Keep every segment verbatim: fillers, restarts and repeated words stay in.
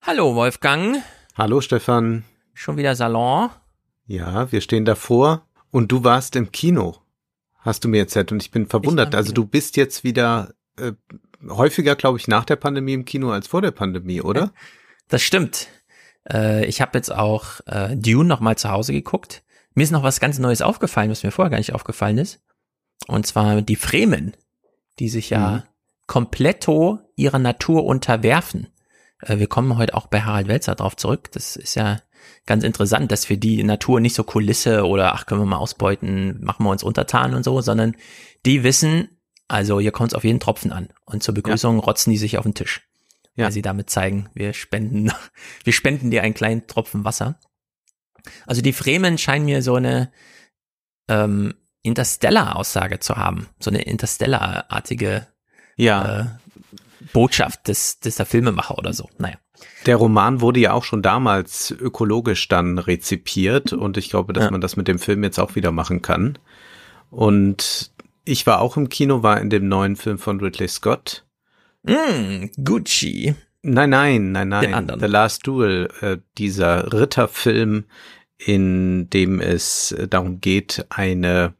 Hallo Wolfgang. Hallo Stefan. Schon wieder Salon? Ja, wir stehen davor und du warst im Kino, hast du mir erzählt, und ich bin verwundert. Ich also du bist jetzt wieder äh, häufiger, glaube ich, nach der Pandemie im Kino als vor der Pandemie, oder? Das stimmt. Äh, ich habe jetzt auch äh, Dune noch mal zu Hause geguckt. Mir ist noch was ganz Neues aufgefallen, was mir vorher gar nicht aufgefallen ist. Und zwar die Fremen, die sich ja mhm. kompletto ihrer Natur unterwerfen. Äh, wir kommen heute auch bei Harald Welzer drauf zurück. Das ist ja ganz interessant, dass für die Natur nicht so Kulisse oder ach, können wir mal ausbeuten, machen wir uns untertan und so, sondern die wissen, also hier kommt es auf jeden Tropfen an. Und zur Begrüßung ja. rotzen die sich auf den Tisch. Ja. Weil sie damit zeigen, wir spenden, wir spenden dir einen kleinen Tropfen Wasser. Also die Fremen scheinen mir so eine ähm, Interstellar-Aussage zu haben. So eine Interstellar-artige ja. äh, Botschaft des, des der Filmemacher oder so. Naja. Der Roman wurde ja auch schon damals ökologisch dann rezipiert und ich glaube, dass ja. man das mit dem Film jetzt auch wieder machen kann. Und ich war auch im Kino, war in dem neuen Film von Ridley Scott. Mm, Gucci. Nein, nein, nein, nein. The Last Duel, äh, dieser Ritterfilm, in dem es darum geht, eine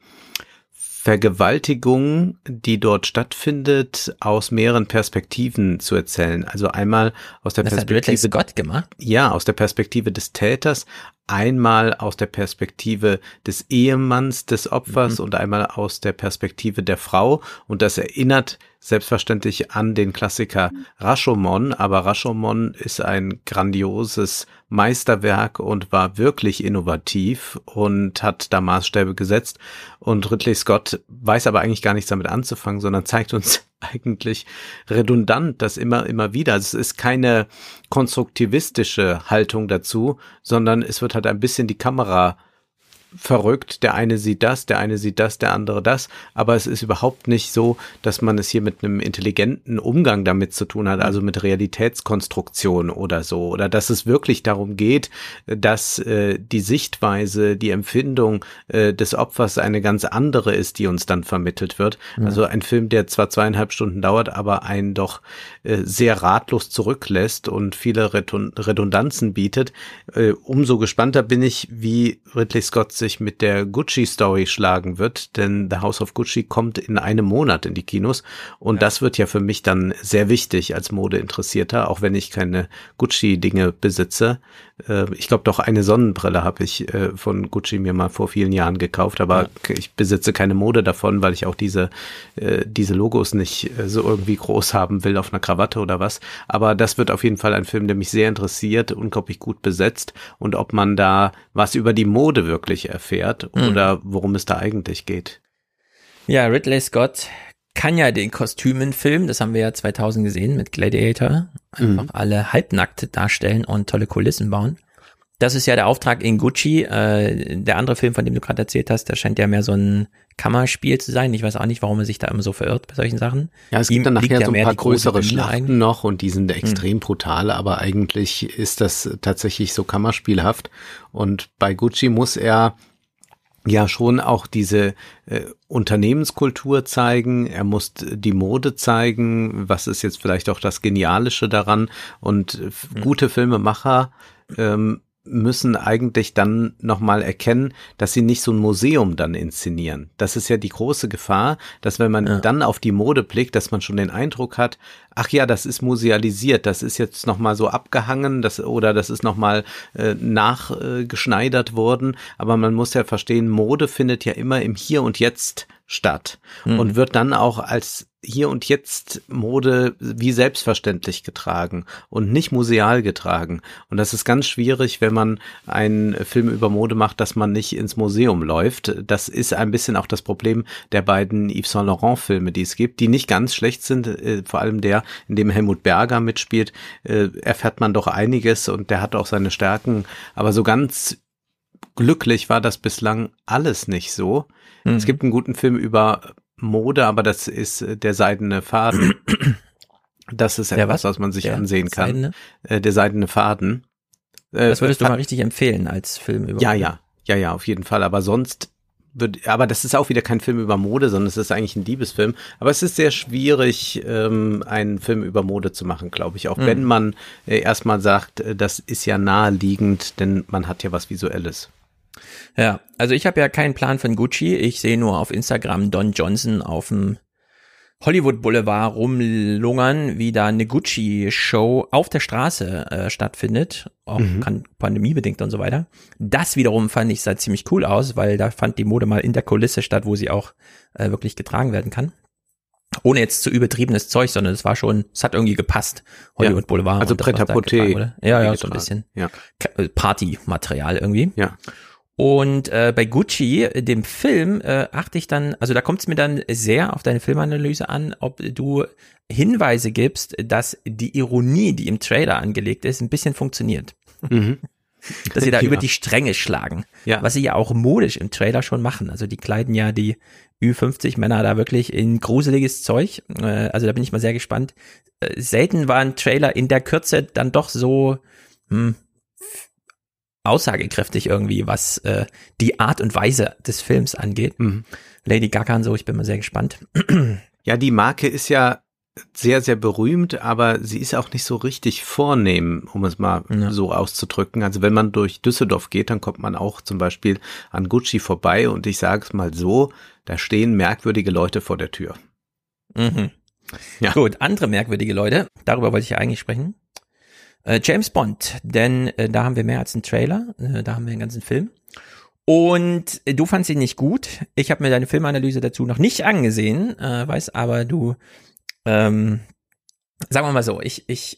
Vergewaltigung, die dort stattfindet, aus mehreren Perspektiven zu erzählen. Also einmal aus der das Perspektive, hat Ridley Scott gemacht? Ja, aus der Perspektive des Täters, einmal aus der Perspektive des Ehemanns des Opfers mhm. und einmal aus der Perspektive der Frau. Und das erinnert selbstverständlich an den Klassiker Rashomon, aber Rashomon ist ein grandioses Meisterwerk und war wirklich innovativ und hat da Maßstäbe gesetzt. Und Ridley Scott weiß aber eigentlich gar nichts damit anzufangen, sondern zeigt uns eigentlich redundant das immer, immer wieder. Also es ist keine konstruktivistische Haltung dazu, sondern es wird halt ein bisschen die Kamera verrückt. Der eine sieht das, der eine sieht das, der andere das. Aber es ist überhaupt nicht so, dass man es hier mit einem intelligenten Umgang damit zu tun hat, also mit Realitätskonstruktion oder so. Oder dass es wirklich darum geht, dass äh, die Sichtweise, die Empfindung äh, des Opfers eine ganz andere ist, die uns dann vermittelt wird. Ja. Also ein Film, der zwar zweieinhalb Stunden dauert, aber einen doch äh, sehr ratlos zurücklässt und viele Redundanzen bietet. Äh, umso gespannter bin ich, wie Ridley Scott sich mit der Gucci-Story schlagen wird, denn The House of Gucci kommt in einem Monat in die Kinos und ja. das wird ja für mich dann sehr wichtig als Modeinteressierter, auch wenn ich keine Gucci-Dinge besitze. Äh, ich glaube doch, eine Sonnenbrille habe ich äh, von Gucci mir mal vor vielen Jahren gekauft, aber ja. ich besitze keine Mode davon, weil ich auch diese äh, diese Logos nicht äh, so irgendwie groß haben will auf einer Krawatte oder was. Aber das wird auf jeden Fall ein Film, der mich sehr interessiert, unglaublich gut besetzt, und ob man da was über die Mode wirklich erfährt oder mhm. worum es da eigentlich geht. Ja, Ridley Scott kann ja den Kostümenfilm, das haben wir ja zweitausend gesehen mit Gladiator, einfach mhm. alle halbnackt darstellen und tolle Kulissen bauen. Das ist ja der Auftrag in Gucci. Äh, der andere Film, von dem du gerade erzählt hast, der scheint ja mehr so ein Kammerspiel zu sein. Ich weiß auch nicht, warum er sich da immer so verirrt bei solchen Sachen. Ja, es gibt Ihm dann nachher ja so ein paar größere Schlachten noch und die sind extrem mhm. brutal, aber eigentlich ist das tatsächlich so kammerspielhaft. Und bei Gucci muss er ja schon auch diese äh, Unternehmenskultur zeigen, er muss die Mode zeigen, was ist jetzt vielleicht auch das Genialische daran, und äh, mhm. gute Filmemacher ähm, müssen eigentlich dann nochmal erkennen, dass sie nicht so ein Museum dann inszenieren. Das ist ja die große Gefahr, dass wenn man ja. dann auf die Mode blickt, dass man schon den Eindruck hat, ach ja, das ist musealisiert, das ist jetzt nochmal so abgehangen, das oder das ist nochmal äh, nachgeschneidert äh, worden. Aber man muss ja verstehen, Mode findet ja immer im Hier und Jetzt statt mhm. und wird dann auch als Hier und Jetzt Mode wie selbstverständlich getragen und nicht museal getragen. Und das ist ganz schwierig, wenn man einen Film über Mode macht, dass man nicht ins Museum läuft. Das ist ein bisschen auch das Problem der beiden Yves Saint Laurent Filme, die es gibt, die nicht ganz schlecht sind. Äh, vor allem der, in dem Helmut Berger mitspielt, äh, erfährt man doch einiges und der hat auch seine Stärken. Aber so ganz glücklich war das bislang alles nicht so. Mhm. Es gibt einen guten Film über Mode, aber das ist der seidene Faden. Das ist etwas, was? was man sich der ansehen kann. Seidene? Äh, der seidene Faden. Äh, das würdest du mal richtig empfehlen als Film über Ja, ja, ja, ja, auf jeden Fall. Aber sonst würd, aber das ist auch wieder kein Film über Mode, sondern es ist eigentlich ein Liebesfilm. Aber es ist sehr schwierig, ähm, einen Film über Mode zu machen, glaube ich. Auch mhm. wenn man äh, erstmal sagt, äh, das ist ja naheliegend, denn man hat ja was Visuelles. Ja, also ich habe ja keinen Plan von Gucci. Ich sehe nur auf Instagram Don Johnson auf dem Hollywood Boulevard rumlungern, wie da eine Gucci-Show auf der Straße äh, stattfindet, auch mhm. kann pandemiebedingt und so weiter. Das wiederum fand ich sah ziemlich cool aus, weil da fand die Mode mal in der Kulisse statt, wo sie auch äh, wirklich getragen werden kann. Ohne jetzt zu übertriebenes Zeug, sondern es war schon, es hat irgendwie gepasst. Hollywood ja. Boulevard. Also Prêt-à-porter. Ja, ja, so ein bisschen. Ja. Partymaterial irgendwie. Ja. Und äh, bei Gucci, dem Film, äh, achte ich dann, also da kommt es mir dann sehr auf deine Filmanalyse an, ob du Hinweise gibst, dass die Ironie, die im Trailer angelegt ist, ein bisschen funktioniert. Mhm. Dass sie da ja. über die Stränge schlagen. Ja. Was sie ja auch modisch im Trailer schon machen. Also die kleiden ja die Ü fünfzig Männer da wirklich in gruseliges Zeug. Äh, also da bin ich mal sehr gespannt. Äh, selten war ein Trailer in der Kürze dann doch so, hm, aussagekräftig irgendwie, was äh, die Art und Weise des Films angeht. Mhm. Lady Gaga und so, ich bin mal sehr gespannt. Ja, die Marke ist ja sehr, sehr berühmt, aber sie ist auch nicht so richtig vornehm, um es mal ja. so auszudrücken. Also wenn man durch Düsseldorf geht, dann kommt man auch zum Beispiel an Gucci vorbei und ich sage es mal so, da stehen merkwürdige Leute vor der Tür. Mhm. Ja. Gut, andere merkwürdige Leute, darüber wollte ich ja eigentlich sprechen. Äh, James Bond, denn äh, da haben wir mehr als einen Trailer, äh, da haben wir einen ganzen Film. Und äh, du fandst ihn nicht gut. Ich habe mir deine Filmanalyse dazu noch nicht angesehen, äh, weiß aber du, ähm, sagen wir mal so, ich ich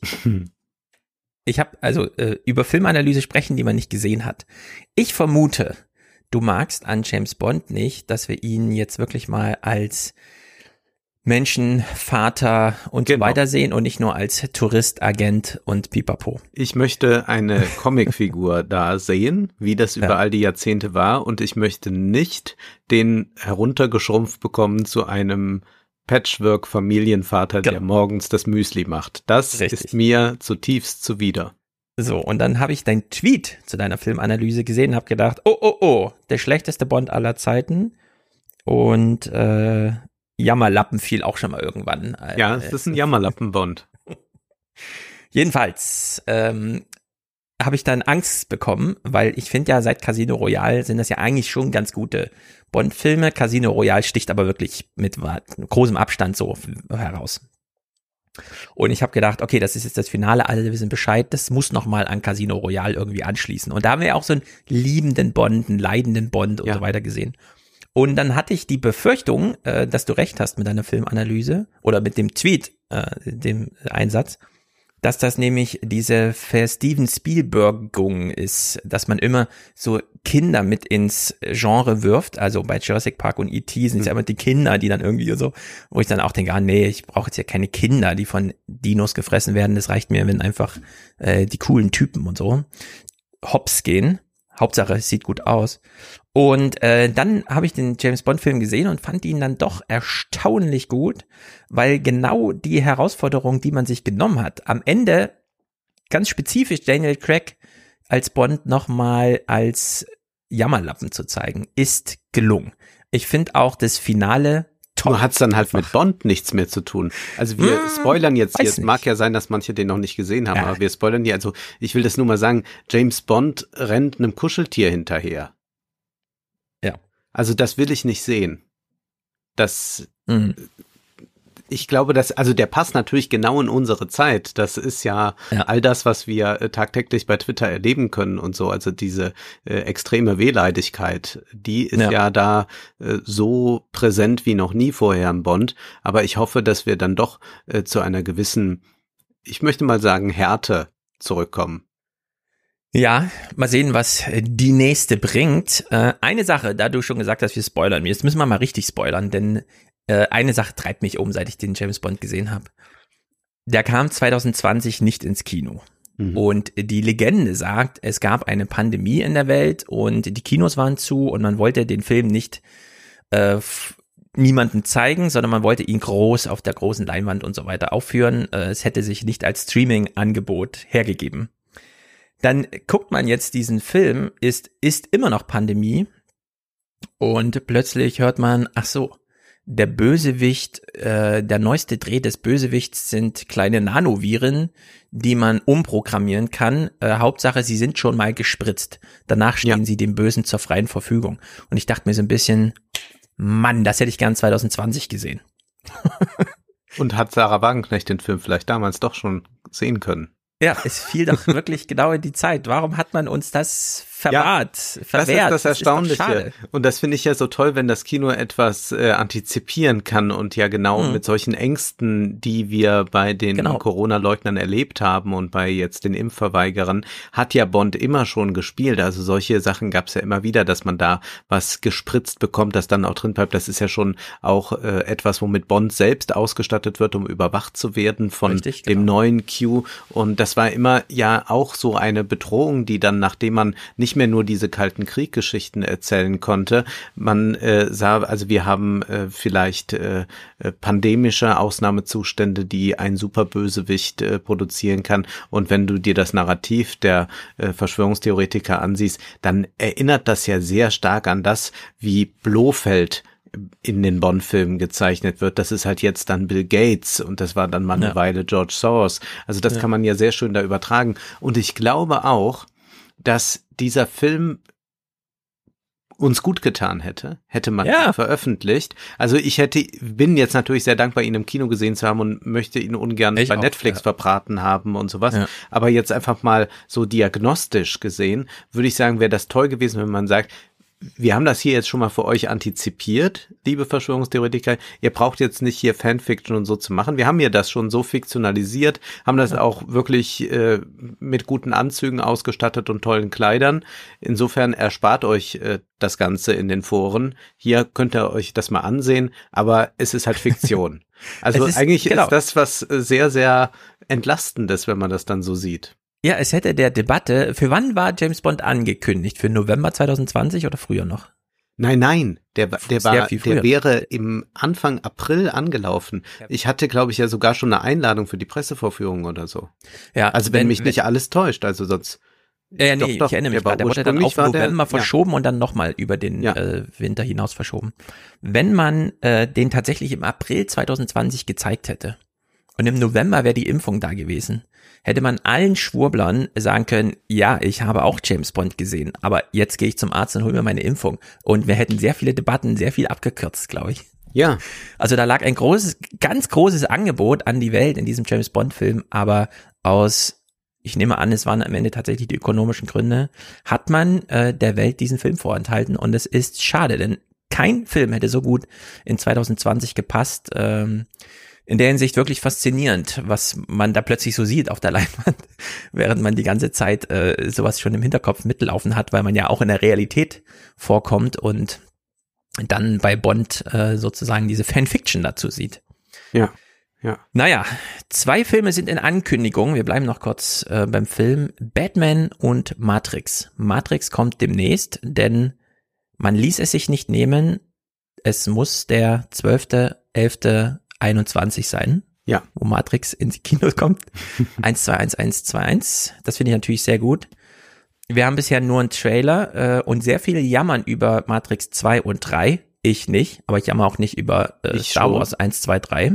ich habe also äh, über Filmanalyse sprechen, die man nicht gesehen hat. Ich vermute, du magst an James Bond nicht, dass wir ihn jetzt wirklich mal als Menschen, Vater und genau. so weiter sehen und nicht nur als Tourist, Agent und Pipapo. Ich möchte eine Comicfigur da sehen, wie das über ja. all die Jahrzehnte war und ich möchte nicht den heruntergeschrumpft bekommen zu einem Patchwork-Familienvater, genau. der morgens das Müsli macht. Das Richtig. Ist mir zutiefst zuwider. So, und dann habe ich dein Tweet zu deiner Filmanalyse gesehen und habe gedacht, oh, oh, oh, der schlechteste Bond aller Zeiten und äh Jammerlappen fiel auch schon mal irgendwann. Ja, es ist ein Jammerlappen-Bond. Jedenfalls ähm, habe ich dann Angst bekommen, weil ich finde ja, seit Casino Royale sind das ja eigentlich schon ganz gute Bond-Filme. Casino Royale sticht aber wirklich mit großem Abstand so heraus. Und ich habe gedacht, okay, das ist jetzt das Finale, alle wissen Bescheid, das muss nochmal an Casino Royale irgendwie anschließen. Und da haben wir auch so einen liebenden Bond, einen leidenden Bond und ja. so weiter gesehen. Und dann hatte ich die Befürchtung, äh, dass du recht hast mit deiner Filmanalyse oder mit dem Tweet, äh, dem Einsatz, dass das nämlich diese Steven Spielbergung ist, dass man immer so Kinder mit ins Genre wirft. Also bei Jurassic Park und E T sind es mhm. ja immer die Kinder, die dann irgendwie so, wo ich dann auch denke, ah nee, ich brauche jetzt ja keine Kinder, die von Dinos gefressen werden. Das reicht mir, wenn einfach äh, die coolen Typen und so hops gehen. Hauptsache, es sieht gut aus. Und äh, dann habe ich den James-Bond-Film gesehen und fand ihn dann doch erstaunlich gut, weil genau die Herausforderung, die man sich genommen hat, am Ende ganz spezifisch Daniel Craig als Bond nochmal als Jammerlappen zu zeigen, ist gelungen. Ich finde auch das Finale toll. Nur hat's dann halt mit Bond nichts mehr zu tun. Also wir hm, spoilern jetzt hier. Es mag ja sein, dass manche den noch nicht gesehen haben, ja. aber wir spoilern hier. Also ich will das nur mal sagen, James Bond rennt einem Kuscheltier hinterher. Ja. Also das will ich nicht sehen. Das, mhm. ich glaube, dass, also der passt natürlich genau in unsere Zeit. Das ist ja, ja. all das, was wir äh, tagtäglich bei Twitter erleben können und so. Also diese äh, extreme Wehleidigkeit, die ist ja, ja da äh, so präsent wie noch nie vorher im Bond. Aber ich hoffe, dass wir dann doch äh, zu einer gewissen, ich möchte mal sagen, Härte zurückkommen. Ja, mal sehen, was die nächste bringt. Äh, eine Sache, da du schon gesagt hast, wir spoilern. Jetzt müssen wir mal richtig spoilern, denn äh, eine Sache treibt mich um, seit ich den James Bond gesehen habe. Der kam zwanzig zwanzig nicht ins Kino. Mhm. Und die Legende sagt, es gab eine Pandemie in der Welt und die Kinos waren zu und man wollte den Film nicht äh, f- niemanden zeigen, sondern man wollte ihn groß auf der großen Leinwand und so weiter aufführen. Äh, es hätte sich nicht als Streaming-Angebot hergegeben. Dann guckt man jetzt diesen Film, ist, ist immer noch Pandemie Und plötzlich hört man, ach so, der Bösewicht, äh, der neueste Dreh des Bösewichts sind kleine Nanoviren, die man umprogrammieren kann. Äh, Hauptsache, sie sind schon mal gespritzt. Danach stehen ja. sie dem Bösen zur freien Verfügung. Und ich dachte mir so ein bisschen, Mann, das hätte ich gern zwanzig zwanzig gesehen. Und hat Sarah Wagenknecht den Film vielleicht damals doch schon sehen können? Ja, es fiel doch wirklich genau in die Zeit. Warum hat man uns das verwahrt, ja, verwehrt? Das ist das Erstaunliche. Das ist und das finde ich ja so toll, wenn das Kino etwas äh, antizipieren kann und ja genau mhm. mit solchen Ängsten, die wir bei den genau. Corona-Leugnern erlebt haben und bei jetzt den Impfverweigerern, hat ja Bond immer schon gespielt. Also solche Sachen gab es ja immer wieder, dass man da was gespritzt bekommt, das dann auch drin bleibt. Das ist ja schon auch äh, etwas, womit Bond selbst ausgestattet wird, um überwacht zu werden von Richtig, dem genau. neuen Q. Und das war immer ja auch so eine Bedrohung, die dann, nachdem man nicht mehr nur diese kalten Krieggeschichten erzählen konnte, man äh, sah, also wir haben äh, vielleicht äh, pandemische Ausnahmezustände, die ein Superbösewicht äh, produzieren kann, und wenn du dir das Narrativ der äh, Verschwörungstheoretiker ansiehst, dann erinnert das ja sehr stark an das, wie Blofeld in den Bond-Filmen gezeichnet wird. Das ist halt jetzt dann Bill Gates und das war dann mal eine ja. Weile George Soros. Also das ja. kann man ja sehr schön da übertragen. Und ich glaube auch, dass dieser Film uns gut getan hätte, hätte man ja. ihn veröffentlicht. Also ich hätte, bin jetzt natürlich sehr dankbar, ihn im Kino gesehen zu haben und möchte ihn ungern ich bei auch, Netflix ja. verbraten haben und sowas. Ja. Aber jetzt einfach mal so diagnostisch gesehen, würde ich sagen, wäre das toll gewesen, wenn man sagt, wir haben das hier jetzt schon mal für euch antizipiert, liebe Verschwörungstheoretiker. Ihr braucht jetzt nicht hier Fanfiction und so zu machen. Wir haben hier das schon so fiktionalisiert, haben das ja. auch wirklich äh, mit guten Anzügen ausgestattet und tollen Kleidern. Insofern erspart euch äh, das Ganze in den Foren. Hier könnt ihr euch das mal ansehen, aber es ist halt Fiktion. Also ist, eigentlich genau. ist das was sehr, sehr Entlastendes, wenn man das dann so sieht. Ja, es hätte der Debatte, für wann war James Bond angekündigt? Für November zwanzig zwanzig oder früher noch? Nein, nein, der, der war, der wäre im Anfang April angelaufen. Ich hatte, glaube ich, ja sogar schon eine Einladung für die Pressevorführung oder so. Ja. Also wenn, wenn mich nicht wenn, alles täuscht, also sonst. Ja, nee, doch, doch, ich erinnere mich gerade, der wurde dann auf November der, verschoben ja. und dann nochmal über den ja. äh, Winter hinaus verschoben. Wenn man äh, den tatsächlich im April zwanzig zwanzig gezeigt hätte und im November wäre die Impfung da gewesen, hätte man allen Schwurblern sagen können, ja, ich habe auch James Bond gesehen, aber jetzt gehe ich zum Arzt und hole mir meine Impfung. Und wir hätten sehr viele Debatten, sehr viel abgekürzt, glaube ich. Ja. Also da lag ein großes, ganz großes Angebot an die Welt in diesem James Bond Film, aber aus, ich nehme an, es waren am Ende tatsächlich die ökonomischen Gründe, hat man äh, der Welt diesen Film vorenthalten, und es ist schade, denn kein Film hätte so gut in zwanzig zwanzig gepasst. Ähm, In der Hinsicht wirklich faszinierend, was man da plötzlich so sieht auf der Leinwand, während man die ganze Zeit äh, sowas schon im Hinterkopf mitlaufen hat, weil man ja auch in der Realität vorkommt und dann bei Bond äh, sozusagen diese Fanfiction dazu sieht. Ja, ja. Naja, zwei Filme sind in Ankündigung. Wir bleiben noch kurz äh, beim Film. Batman und Matrix. Matrix kommt demnächst, denn man ließ es sich nicht nehmen. Es muss der zwölfte elfte einundzwanzig sein, ja, wo Matrix in die Kinos kommt. eins zwei eins eins zwei eins, das finde ich natürlich sehr gut. Wir haben bisher nur einen Trailer äh, und sehr viele jammern über Matrix zwei und drei. Ich nicht, aber ich jammer auch nicht über äh, Star Wars eins, zwei, drei.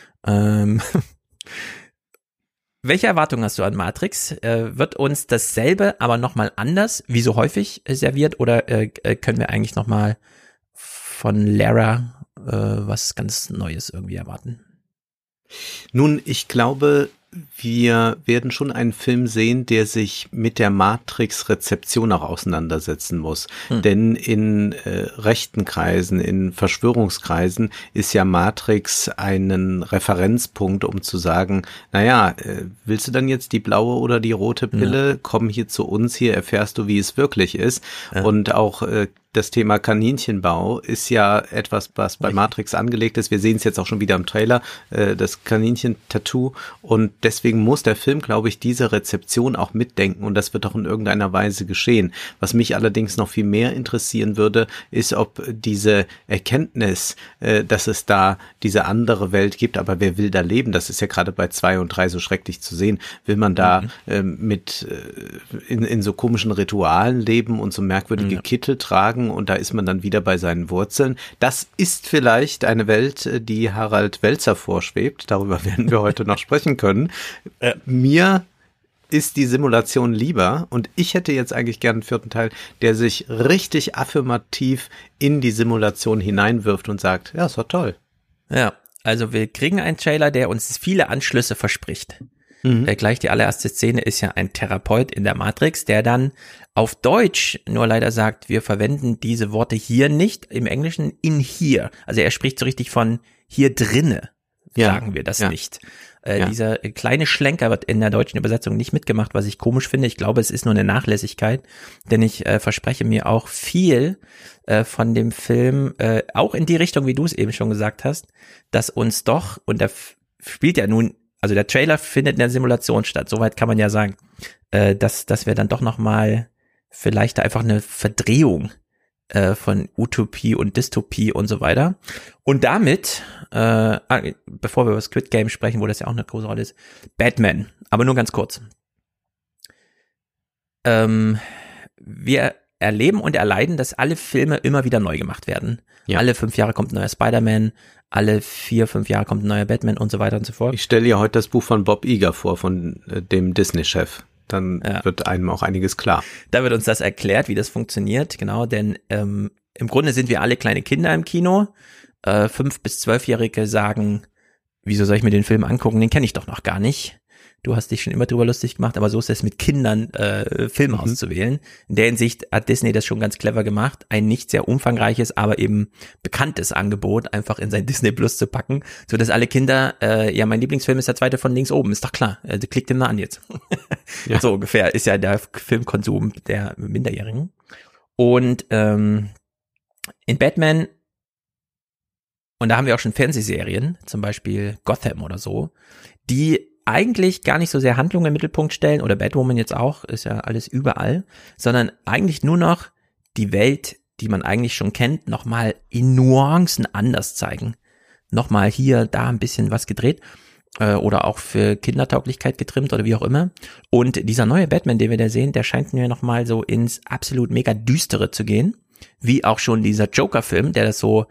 Ähm Welche Erwartungen hast du an Matrix? Äh, wird uns dasselbe, aber nochmal anders, wie so häufig äh, serviert, oder äh, können wir eigentlich nochmal von Lara was ganz Neues irgendwie erwarten? Nun, ich glaube, wir werden schon einen Film sehen, der sich mit der Matrix-Rezeption auch auseinandersetzen muss. Hm. Denn in äh, rechten Kreisen, in Verschwörungskreisen ist ja Matrix einen Referenzpunkt, um zu sagen, naja, äh, willst du dann jetzt die blaue oder die rote Pille? Ja. Komm hier zu uns, hier erfährst du, wie es wirklich ist. Ja. Und auch äh, das Thema Kaninchenbau ist ja etwas, was bei Matrix angelegt ist. Wir sehen es jetzt auch schon wieder im Trailer, äh, das Kaninchen-Tattoo. Und deswegen muss der Film, glaube ich, diese Rezeption auch mitdenken. Und das wird auch in irgendeiner Weise geschehen. Was mich allerdings noch viel mehr interessieren würde, ist, ob diese Erkenntnis, äh, dass es da diese andere Welt gibt, aber wer will da leben? Das ist ja gerade bei zwei und drei so schrecklich zu sehen. Will man da mhm. äh, mit äh, in, in so komischen Ritualen leben und so merkwürdige ja. Kittel tragen sagen und da ist man dann wieder bei seinen Wurzeln. Das ist vielleicht eine Welt, die Harald Welzer vorschwebt. Darüber werden wir heute noch sprechen können. Äh, mir ist die Simulation lieber und ich hätte jetzt eigentlich gern einen vierten Teil, der sich richtig affirmativ in die Simulation hineinwirft und sagt, ja, ist doch toll. Ja, also wir kriegen einen Trailer, der uns viele Anschlüsse verspricht. Mhm. Äh, gleich die allererste Szene ist ja ein Therapeut in der Matrix, der dann auf Deutsch nur leider sagt, wir verwenden diese Worte hier nicht, im Englischen in hier. Also er spricht so richtig von hier drinne, ja. Sagen wir das ja. nicht. Äh, ja. Dieser kleine Schlenker wird in der deutschen Übersetzung nicht mitgemacht, was ich komisch finde. Ich glaube, es ist nur eine Nachlässigkeit, denn ich äh, verspreche mir auch viel äh, von dem Film, äh, auch in die Richtung, wie du es eben schon gesagt hast, dass uns doch, und der f- spielt ja nun, also der Trailer findet in der Simulation statt, soweit kann man ja sagen, äh, dass, dass wir dann doch nochmal vielleicht da einfach eine Verdrehung äh, von Utopie und Dystopie und so weiter. Und damit, äh, bevor wir über Squid Game sprechen, wo das ja auch eine große Rolle ist, Batman, aber nur ganz kurz. Ähm, wir erleben und erleiden, dass alle Filme immer wieder neu gemacht werden. Ja. Alle fünf Jahre kommt ein neuer Spider-Man, alle vier, fünf Jahre kommt ein neuer Batman und so weiter und so fort. Ich stelle ja heute das Buch von Bob Iger vor, von äh, dem Disney-Chef. Dann ja. wird einem auch einiges klar. Da wird uns das erklärt, wie das funktioniert, genau, denn ähm, im Grunde sind wir alle kleine Kinder im Kino. Äh, fünf- bis zwölfjährige sagen, wieso soll ich mir den Film angucken, den kenne ich doch noch gar nicht. Du hast dich schon immer drüber lustig gemacht, aber so ist es mit Kindern, äh, Filme mhm. auszuwählen. In der Hinsicht hat Disney das schon ganz clever gemacht, ein nicht sehr umfangreiches, aber eben bekanntes Angebot einfach in sein Disney Plus zu packen, so dass alle Kinder, äh, ja, mein Lieblingsfilm ist der zweite von links oben, ist doch klar, also klickt den mal an jetzt. Ja. So ungefähr ist ja der Filmkonsum der Minderjährigen. Und ähm, in Batman, und da haben wir auch schon Fernsehserien, zum Beispiel Gotham oder so, die eigentlich gar nicht so sehr Handlungen im Mittelpunkt stellen, oder Batwoman jetzt auch, ist ja alles überall, sondern eigentlich nur noch die Welt, die man eigentlich schon kennt, nochmal in Nuancen anders zeigen. Nochmal hier, da ein bisschen was gedreht äh, oder auch für Kindertauglichkeit getrimmt oder wie auch immer. Und dieser neue Batman, den wir da sehen, der scheint mir nochmal so ins absolut mega Düstere zu gehen, wie auch schon dieser Joker-Film, der das so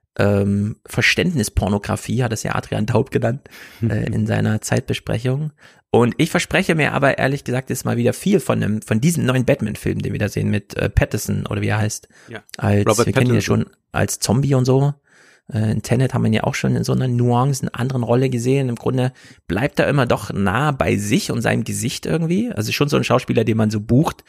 Ähm, Verständnispornografie, hat es ja Adrian Daub genannt, äh, in seiner Zeitbesprechung. Und ich verspreche mir aber ehrlich gesagt jetzt mal wieder viel von dem, von diesem neuen Batman-Film, den wir da sehen mit äh, Pattinson oder wie er heißt. Ja. Als, Robert wir kennen ihn ja schon als Zombie und so. Äh, in Tenet haben wir ihn ja auch schon in so einer Nuancen anderen Rolle gesehen. Im Grunde bleibt er immer doch nah bei sich und seinem Gesicht irgendwie. Also schon so ein Schauspieler, den man so bucht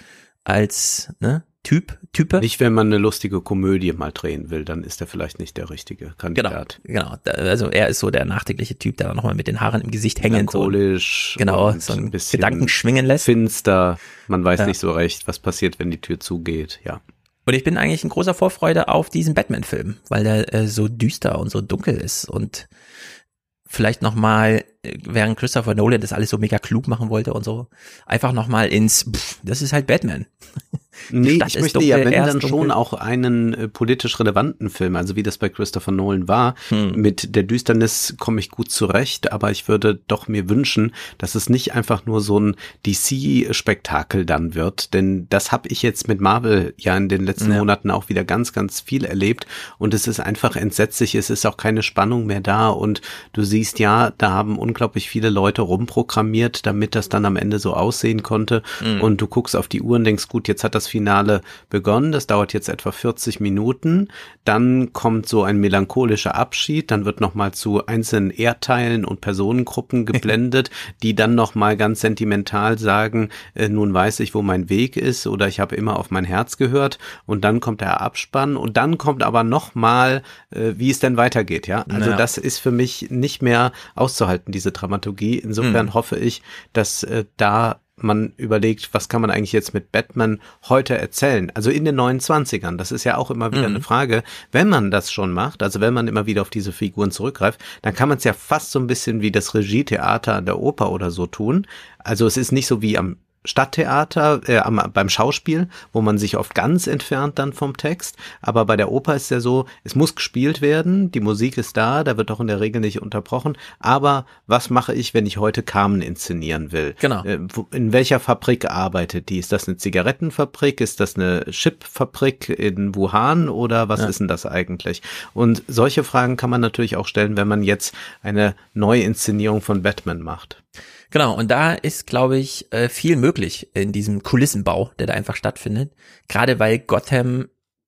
als, ne, Typ, Type. Nicht, wenn man eine lustige Komödie mal drehen will, dann ist er vielleicht nicht der richtige Kandidat. Genau, genau. Also er ist so der nachdenkliche Typ, der nochmal mit den Haaren im Gesicht hängend so, genau, so ein bisschen Gedanken schwingen lässt. Finster, man weiß ja. nicht so recht, was passiert, wenn die Tür zugeht, ja. Und ich bin eigentlich in großer Vorfreude auf diesen Batman-Film, weil der äh, so düster und so dunkel ist und vielleicht nochmal, während Christopher Nolan das alles so mega klug machen wollte und so, einfach nochmal ins, pff, das ist halt Batman. Nee, ich möchte dunkel, ja, wenn dann dunkel. Schon auch einen äh, politisch relevanten Film, also wie das bei Christopher Nolan war. Hm. Mit der Düsternis komme ich gut zurecht, aber ich würde doch mir wünschen, dass es nicht einfach nur so ein D C-Spektakel dann wird, denn das habe ich jetzt mit Marvel ja in den letzten ja. Monaten auch wieder ganz, ganz viel erlebt und es ist einfach entsetzlich, es ist auch keine Spannung mehr da und du siehst ja, da haben unglaublich viele Leute rumprogrammiert, damit das dann am Ende so aussehen konnte hm. und du guckst auf die Uhr und denkst, gut, jetzt hat das Finale begonnen, das dauert jetzt etwa vierzig Minuten, dann kommt so ein melancholischer Abschied, dann wird nochmal zu einzelnen Erdteilen und Personengruppen geblendet, die dann nochmal ganz sentimental sagen, äh, nun weiß ich, wo mein Weg ist oder ich habe immer auf mein Herz gehört und dann kommt der Abspann und dann kommt aber nochmal, äh, wie es denn weitergeht, ja, also naja. Das ist für mich nicht mehr auszuhalten, diese Dramaturgie, insofern hm. hoffe ich, dass äh, da man überlegt, was kann man eigentlich jetzt mit Batman heute erzählen? Also in den neunundzwanzigern, das ist ja auch immer wieder mhm. eine Frage. Wenn man das schon macht, also wenn man immer wieder auf diese Figuren zurückgreift, dann kann man es ja fast so ein bisschen wie das Regietheater an der Oper oder so tun. Also es ist nicht so wie am Stadttheater, äh, am, beim Schauspiel, wo man sich oft ganz entfernt dann vom Text, aber bei der Oper ist ja so, es muss gespielt werden, die Musik ist da, da wird auch in der Regel nicht unterbrochen, aber was mache ich, wenn ich heute Carmen inszenieren will? Genau. Äh, wo, in welcher Fabrik arbeitet die? Ist das eine Zigarettenfabrik? Ist das eine Chipfabrik in Wuhan oder was ja. ist denn das eigentlich? Und solche Fragen kann man natürlich auch stellen, wenn man jetzt eine Neuinszenierung von Batman macht. Genau, und da ist, glaube ich, viel möglich in diesem Kulissenbau, der da einfach stattfindet. Gerade weil Gotham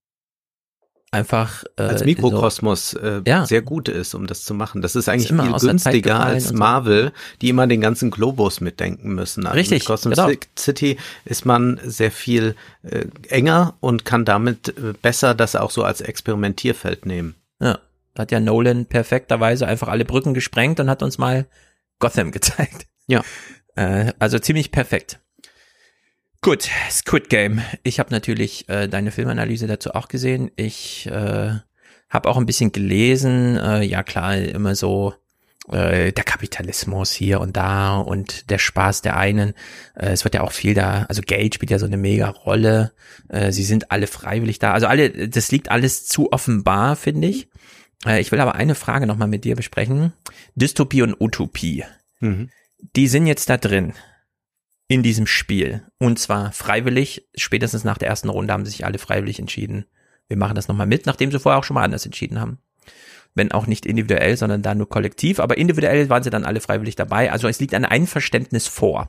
einfach äh, als Mikrokosmos so, äh, ja. sehr gut ist, um das zu machen. Das ist eigentlich viel günstiger als Marvel, so. Die immer den ganzen Globus mitdenken müssen. Also Richtig, mit Gotham genau. City ist man sehr viel äh, enger und kann damit äh, besser das auch so als Experimentierfeld nehmen. Ja, da hat ja Nolan perfekterweise einfach alle Brücken gesprengt und hat uns mal Gotham gezeigt. Ja. Äh, also ziemlich perfekt. Gut, Squid Game. Ich habe natürlich äh, deine Filmanalyse dazu auch gesehen. Ich äh, habe auch ein bisschen gelesen. Äh, ja klar, immer so äh, der Kapitalismus hier und da und der Spaß der einen. Äh, es wird ja auch viel da, also Geld spielt ja so eine mega Rolle. Äh, sie sind alle freiwillig da. Also alle, das liegt alles zu offenbar, finde ich. Äh, ich will aber eine Frage nochmal mit dir besprechen. Dystopie und Utopie. Mhm. Die sind jetzt da drin, in diesem Spiel. Und zwar freiwillig, spätestens nach der ersten Runde haben sie sich alle freiwillig entschieden. Wir machen das nochmal mit, nachdem sie vorher auch schon mal anders entschieden haben. Wenn auch nicht individuell, sondern da nur kollektiv. Aber individuell waren sie dann alle freiwillig dabei. Also es liegt ein Einverständnis vor.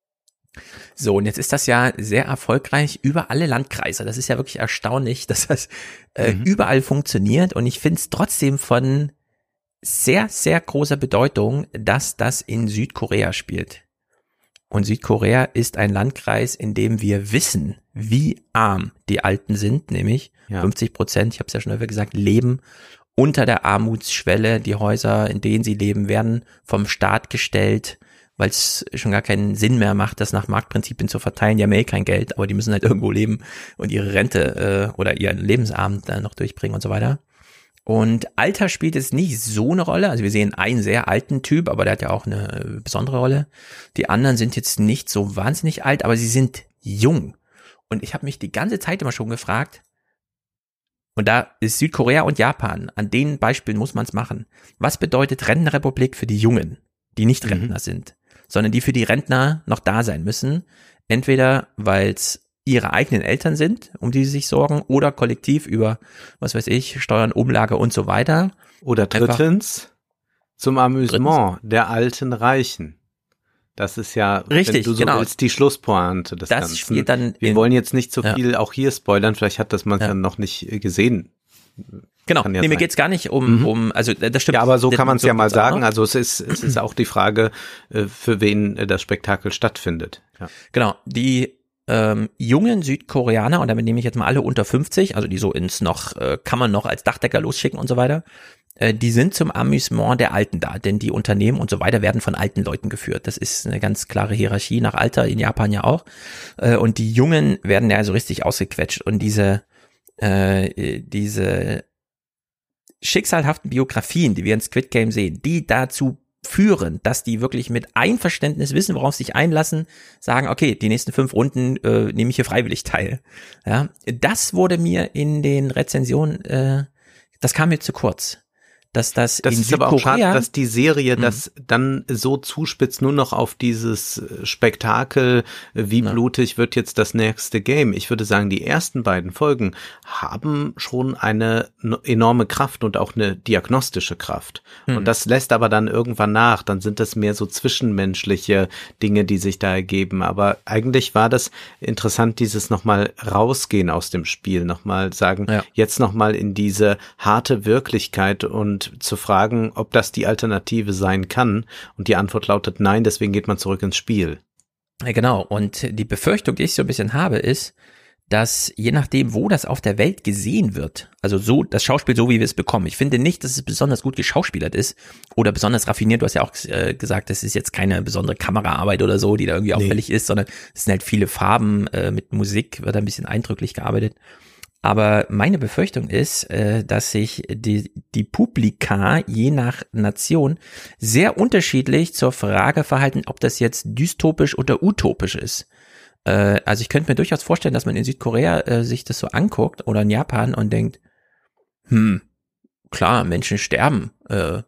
So, und jetzt ist das ja sehr erfolgreich über alle Landkreise. Das ist ja wirklich erstaunlich, dass das äh, mhm. überall funktioniert. Und ich finde es trotzdem von sehr, sehr großer Bedeutung, dass das in Südkorea spielt. Und Südkorea ist ein Landkreis, in dem wir wissen, wie arm die Alten sind, nämlich ja. fünfzig Prozent, ich habe es ja schon häufig gesagt, leben unter der Armutsschwelle. Die Häuser, in denen sie leben, werden vom Staat gestellt, weil es schon gar keinen Sinn mehr macht, das nach Marktprinzipien zu verteilen. Die haben eh kein Geld, aber die müssen halt irgendwo leben und ihre Rente äh, oder ihren Lebensabend dann noch durchbringen und so weiter. Und Alter spielt jetzt nicht so eine Rolle. Also wir sehen einen sehr alten Typ, aber der hat ja auch eine besondere Rolle. Die anderen sind jetzt nicht so wahnsinnig alt, aber sie sind jung. Und ich habe mich die ganze Zeit immer schon gefragt, und da ist Südkorea und Japan, an den Beispielen muss man es machen. Was bedeutet Rentenrepublik für die Jungen, die nicht Rentner mhm. sind, sondern die für die Rentner noch da sein müssen? Entweder weil es ihre eigenen Eltern sind, um die sie sich sorgen, oder kollektiv über, was weiß ich, Steuern, Umlage und so weiter. Oder drittens, Einfach, zum Amüsement drittens. der alten Reichen. Das ist ja, Richtig, wenn du so genau. willst, die Schlusspointe des das Ganzen. Spielt dann Wir in, wollen jetzt nicht so ja. viel auch hier spoilern, vielleicht hat das man ja. dann noch nicht gesehen. Genau, nee, mir geht's gar nicht um, mhm. um, also das stimmt. Ja, aber so kann man es so ja mal sagen. Auch. Also es ist, es ist auch die Frage, für wen das Spektakel stattfindet. Ja. Genau, die ähm, jungen Südkoreaner, und damit nehme ich jetzt mal alle unter fünfzig, also die so ins noch, äh, kann man noch als Dachdecker losschicken und so weiter, äh, die sind zum Amüsement der Alten da, denn die Unternehmen und so weiter werden von alten Leuten geführt. Das ist eine ganz klare Hierarchie nach Alter, in Japan ja auch. Äh, und die Jungen werden ja so richtig ausgequetscht und diese, äh, diese schicksalhaften Biografien, die wir in Squid Game sehen, die dazu führen, dass die wirklich mit Einverständnis wissen, worauf sie sich einlassen, sagen, okay, die nächsten fünf Runden äh, nehme ich hier freiwillig teil. Ja, das wurde mir in den Rezensionen, äh, das kam mir zu kurz. Dass das, das in ist Südkorea, aber auch schade, dass die Serie mh. das dann so zuspitzt, nur noch auf dieses Spektakel, wie ja. blutig wird jetzt das nächste Game. Ich würde sagen, die ersten beiden Folgen haben schon eine enorme Kraft und auch eine diagnostische Kraft. Mhm. Und das lässt aber dann irgendwann nach. Dann sind das mehr so zwischenmenschliche Dinge, die sich da ergeben. Aber eigentlich war das interessant, dieses nochmal rausgehen aus dem Spiel, nochmal sagen, ja. jetzt nochmal in diese harte Wirklichkeit und zu fragen, ob das die Alternative sein kann. Und die Antwort lautet nein, deswegen geht man zurück ins Spiel. Ja, genau. Und die Befürchtung, die ich so ein bisschen habe, ist, dass je nachdem, wo das auf der Welt gesehen wird, also so das Schauspiel, so wie wir es bekommen, ich finde nicht, dass es besonders gut geschauspielert ist oder besonders raffiniert. Du hast ja auch äh, gesagt, das ist jetzt keine besondere Kameraarbeit oder so, die da irgendwie auffällig nee. ist, sondern es sind halt viele Farben, äh, mit Musik wird ein bisschen eindrücklich gearbeitet. Aber meine Befürchtung ist, äh, dass sich die, die Publika je nach Nation sehr unterschiedlich zur Frage verhalten, ob das jetzt dystopisch oder utopisch ist. Äh, also ich könnte mir durchaus vorstellen, dass man in Südkorea äh, sich das so anguckt oder in Japan und denkt, hm, klar, Menschen sterben. Äh,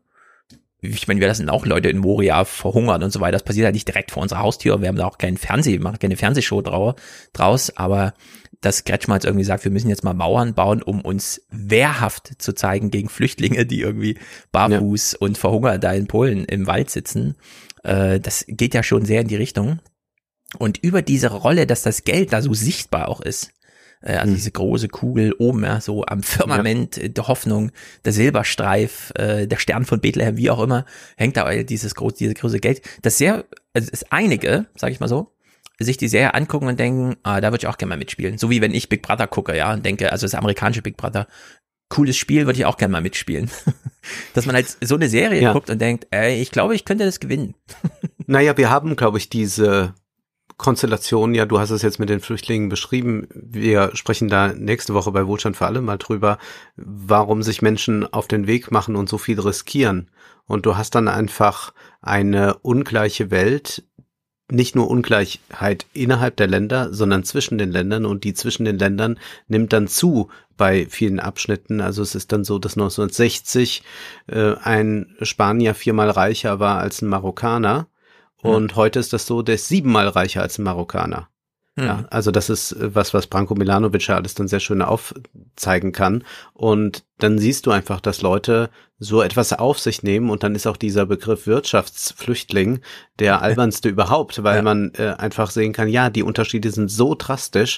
ich meine, wir lassen auch Leute in Moria verhungern und so weiter. Das passiert halt nicht direkt vor unserer Haustür. Wir haben da auch keinen Fernseh, machen keine Fernsehshow drau- draus. Aber dass Kretschmer jetzt irgendwie sagt, wir müssen jetzt mal Mauern bauen, um uns wehrhaft zu zeigen gegen Flüchtlinge, die irgendwie barfuß ja. und verhungert da in Polen im Wald sitzen. Äh, das geht ja schon sehr in die Richtung. Und über diese Rolle, dass das Geld da so sichtbar auch ist, also hm. diese große Kugel oben, ja, so am Firmament ja. der Hoffnung, der Silberstreif, äh, der Stern von Bethlehem, wie auch immer, hängt da dieses große, diese große Geld. Das sehr, also es einige, sag ich mal so, sich die Serie angucken und denken, ah, da würde ich auch gerne mal mitspielen. So wie wenn ich Big Brother gucke, ja, und denke, also das amerikanische Big Brother, cooles Spiel, würde ich auch gerne mal mitspielen. Dass man halt so eine Serie ja. guckt und denkt, ey, ich glaube, ich könnte das gewinnen. Naja, wir haben, glaube ich, diese Konstellation, ja, du hast es jetzt mit den Flüchtlingen beschrieben. Wir sprechen da nächste Woche bei Wohlstand für alle mal drüber, warum sich Menschen auf den Weg machen und so viel riskieren. Und du hast dann einfach eine ungleiche Welt, nicht nur Ungleichheit innerhalb der Länder, sondern zwischen den Ländern, und die zwischen den Ländern nimmt dann zu bei vielen Abschnitten. Also es ist dann so, dass neunzehnhundertsechzig äh, ein Spanier viermal reicher war als ein Marokkaner. Und ja. heute ist das so, der ist siebenmal reicher als ein Marokkaner. Mhm. Ja, also das ist was, was Branko Milanovic ja alles dann sehr schön aufzeigen kann. Und dann siehst du einfach, dass Leute so etwas auf sich nehmen, und dann ist auch dieser Begriff Wirtschaftsflüchtling der albernste überhaupt, weil ja. man äh, einfach sehen kann, ja, die Unterschiede sind so drastisch.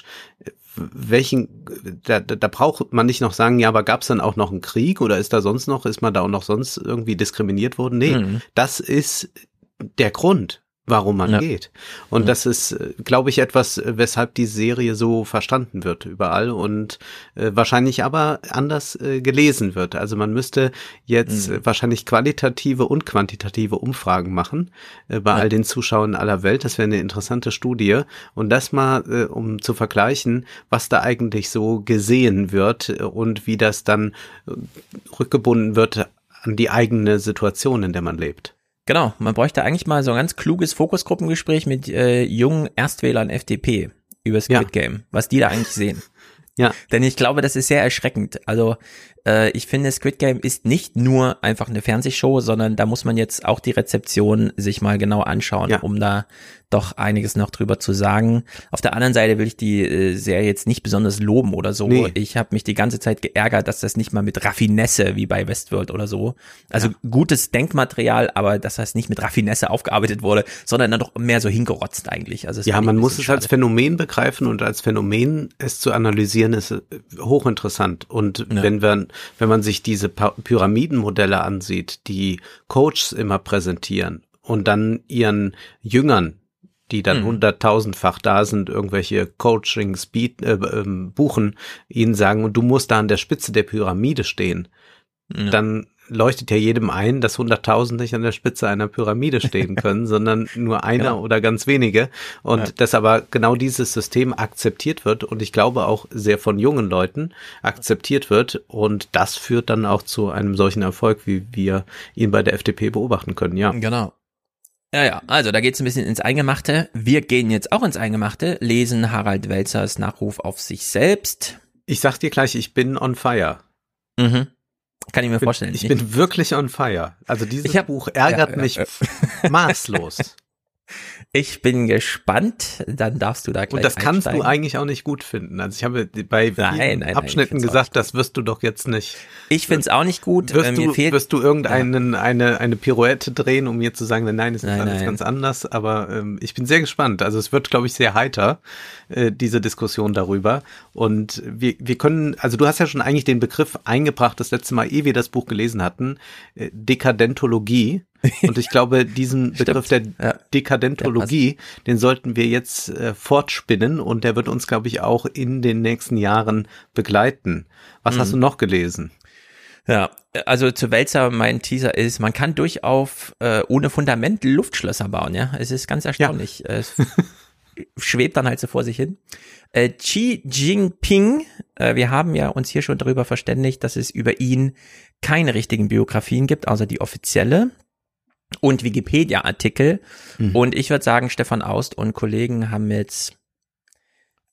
Welchen, da, da braucht man nicht noch sagen, ja, aber gab es dann auch noch einen Krieg oder ist da sonst noch, ist man da auch noch sonst irgendwie diskriminiert worden? Nee, mhm. das ist der Grund, warum man ja. geht. Und ja. das ist, glaube ich, etwas, weshalb die Serie so verstanden wird überall und äh, wahrscheinlich aber anders äh, gelesen wird. Also man müsste jetzt mhm. wahrscheinlich qualitative und quantitative Umfragen machen äh, bei ja. all den Zuschauern aller Welt. Das wäre eine interessante Studie. Und das mal, äh, um zu vergleichen, was da eigentlich so gesehen wird und wie das dann äh, rückgebunden wird an die eigene Situation, in der man lebt. Genau, man bräuchte eigentlich mal so ein ganz kluges Fokusgruppengespräch mit äh, jungen Erstwählern F D P über Squid ja. Game, was die da eigentlich sehen. Ja. Denn ich glaube, das ist sehr erschreckend. Also äh, ich finde, Squid Game ist nicht nur einfach eine Fernsehshow, sondern da muss man jetzt auch die Rezeption sich mal genau anschauen, ja. um da doch einiges noch drüber zu sagen. Auf der anderen Seite will ich die äh, Serie jetzt nicht besonders loben oder so. Nee. Ich habe mich die ganze Zeit geärgert, dass das nicht mal mit Raffinesse wie bei Westworld oder so. Also ja. gutes Denkmaterial, aber dass das nicht mit Raffinesse aufgearbeitet wurde, sondern dann doch mehr so hingerotzt eigentlich. Also ja, man muss es schade. als Phänomen begreifen, und als Phänomen es zu analysieren ist hochinteressant. Und ja. wenn wir, wenn man sich diese Pyramidenmodelle ansieht, die Coaches immer präsentieren und dann ihren Jüngern, die dann mhm. hunderttausendfach da sind, irgendwelche Coachings bieten, äh, äh, buchen, ihnen sagen, und du musst da an der Spitze der Pyramide stehen, ja. dann leuchtet ja jedem ein, dass hunderttausend nicht an der Spitze einer Pyramide stehen können, sondern nur einer genau. oder ganz wenige. Und ja. dass aber genau dieses System akzeptiert wird, und ich glaube auch sehr von jungen Leuten akzeptiert wird, und das führt dann auch zu einem solchen Erfolg, wie wir ihn bei der F D P beobachten können, ja. Genau. Ja, ja, also da geht's ein bisschen ins Eingemachte. Wir gehen jetzt auch ins Eingemachte, lesen Harald Welzers Nachruf auf sich selbst. Ich sag dir gleich, ich bin on fire. Mhm. Kann ich mir ich bin, vorstellen. Ich bin wirklich on fire. Also dieses hab, Buch ärgert ja, mich ja, ja. maßlos. Ich bin gespannt, dann darfst du da gleich Und das kannst einsteigen. du eigentlich auch nicht gut finden. Also ich habe bei nein, nein, Abschnitten nein, gesagt, das wirst du doch jetzt nicht. Ich find's auch nicht gut. Wirst, äh, du, mir fehlt, wirst du irgendeine ja. eine, eine Pirouette drehen, um mir zu sagen, nein, es ist nein, alles nein. ganz anders. Aber ähm, ich bin sehr gespannt. Also es wird, glaube ich, sehr heiter, äh, diese Diskussion darüber. Und wir, wir können, also du hast ja schon eigentlich den Begriff eingebracht, das letzte Mal, ehe wir das Buch gelesen hatten, äh, Dekadentologie. Und ich glaube, diesen Begriff der ja. Dekadentologie, den sollten wir jetzt äh, fortspinnen, und der wird uns, glaube ich, auch in den nächsten Jahren begleiten. Was mhm. hast du noch gelesen? Ja, also zu Welzer, mein Teaser ist, man kann durchaus äh, ohne Fundament Luftschlösser bauen, ja. Es ist ganz erstaunlich. Ja. Es schwebt dann halt so vor sich hin. Äh, Xi Jinping, äh, wir haben ja uns hier schon darüber verständigt, dass es über ihn keine richtigen Biografien gibt, außer die offizielle. Und Wikipedia-Artikel. Mhm. Und ich würde sagen, Stefan Aust und Kollegen haben jetzt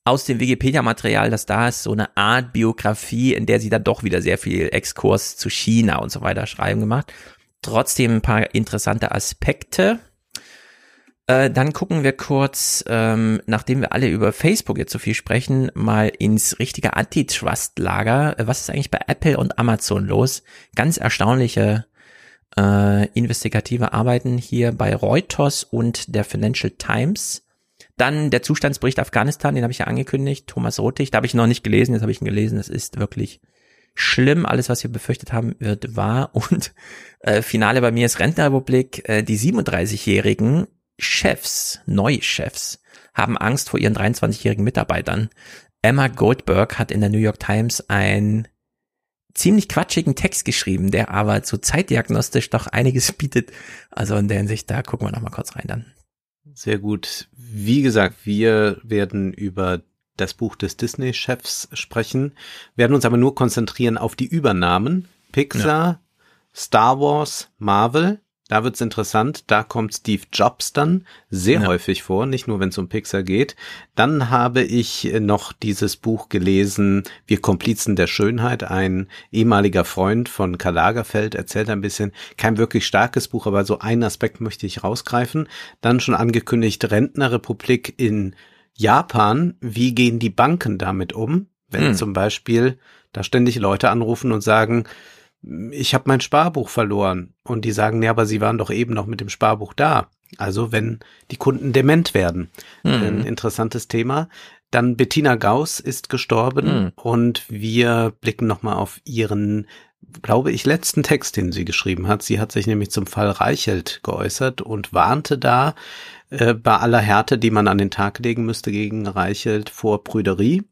aus dem Wikipedia-Material, das da ist, so eine Art Biografie, in der sie dann doch wieder sehr viel Exkurs zu China und so weiter schreiben gemacht. Trotzdem ein paar interessante Aspekte. Äh, dann gucken wir kurz, ähm, nachdem wir alle über Facebook jetzt so viel sprechen, mal ins richtige Antitrust-Lager. Was ist eigentlich bei Apple und Amazon los? Ganz erstaunliche äh, investigative Arbeiten hier bei Reuters und der Financial Times. Dann der Zustandsbericht Afghanistan, den habe ich ja angekündigt, Thomas Rothig, da habe ich noch nicht gelesen, jetzt habe ich ihn gelesen, das ist wirklich schlimm, alles was wir befürchtet haben, wird wahr. Und äh, Finale bei mir ist Rentnerrepublik, äh, die siebenunddreißigjährigen Chefs, Neuchefs, haben Angst vor ihren dreiundzwanzigjährigen Mitarbeitern. Emma Goldberg hat in der New York Times einen ziemlich quatschigen Text geschrieben, der aber so zeitdiagnostisch doch einiges bietet. Also in der Hinsicht, da gucken wir noch mal kurz rein dann. Sehr gut. Wie gesagt, wir werden über das Buch des Disney-Chefs sprechen, werden uns aber nur konzentrieren auf die Übernahmen. Pixar, ja. Star Wars, Marvel. Da wird's interessant, da kommt Steve Jobs dann sehr ja. häufig vor, nicht nur wenn es um Pixar geht. Dann habe ich noch dieses Buch gelesen, Wir Komplizen der Schönheit, ein ehemaliger Freund von Karl Lagerfeld, erzählt ein bisschen, kein wirklich starkes Buch, aber so einen Aspekt möchte ich rausgreifen. Dann schon angekündigt, Rentnerrepublik in Japan, wie gehen die Banken damit um, wenn hm. zum Beispiel da ständig Leute anrufen und sagen, ich habe mein Sparbuch verloren. Und die sagen, ja, aber sie waren doch eben noch mit dem Sparbuch da. Also wenn die Kunden dement werden. Mhm. Ein interessantes Thema. Dann Bettina Gauss ist gestorben mhm. und wir blicken nochmal auf ihren, glaube ich, letzten Text, den sie geschrieben hat. Sie hat sich nämlich zum Fall Reichelt geäußert und warnte da äh, bei aller Härte, die man an den Tag legen müsste gegen Reichelt, vor Prüderie.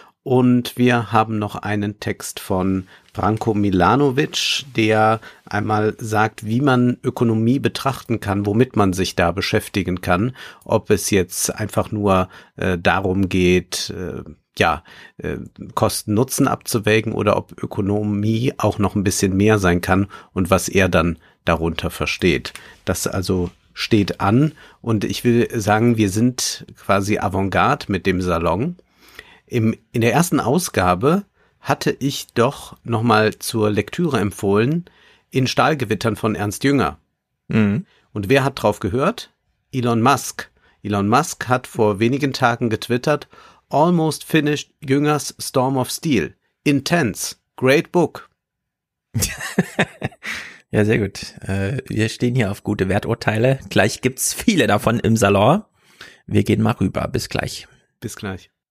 Und wir haben noch einen Text von Branko Milanovic, der einmal sagt, wie man Ökonomie betrachten kann, womit man sich da beschäftigen kann. Ob es jetzt einfach nur äh, darum geht, äh, ja, äh, Kosten-Nutzen abzuwägen oder ob Ökonomie auch noch ein bisschen mehr sein kann und was er dann darunter versteht. Das also steht an und ich will sagen, wir sind quasi Avantgarde mit dem Salon. Im, in der ersten Ausgabe hatte ich doch nochmal zur Lektüre empfohlen In Stahlgewittern von Ernst Jünger. Mhm. Und wer hat drauf gehört? Elon Musk. Elon Musk hat vor wenigen Tagen getwittert, Almost finished Jüngers Storm of Steel. Intense. Great book. Ja, sehr gut. Äh, wir stehen hier auf gute Werturteile. Gleich gibt's viele davon im Salon. Wir gehen mal rüber. Bis gleich. Bis gleich.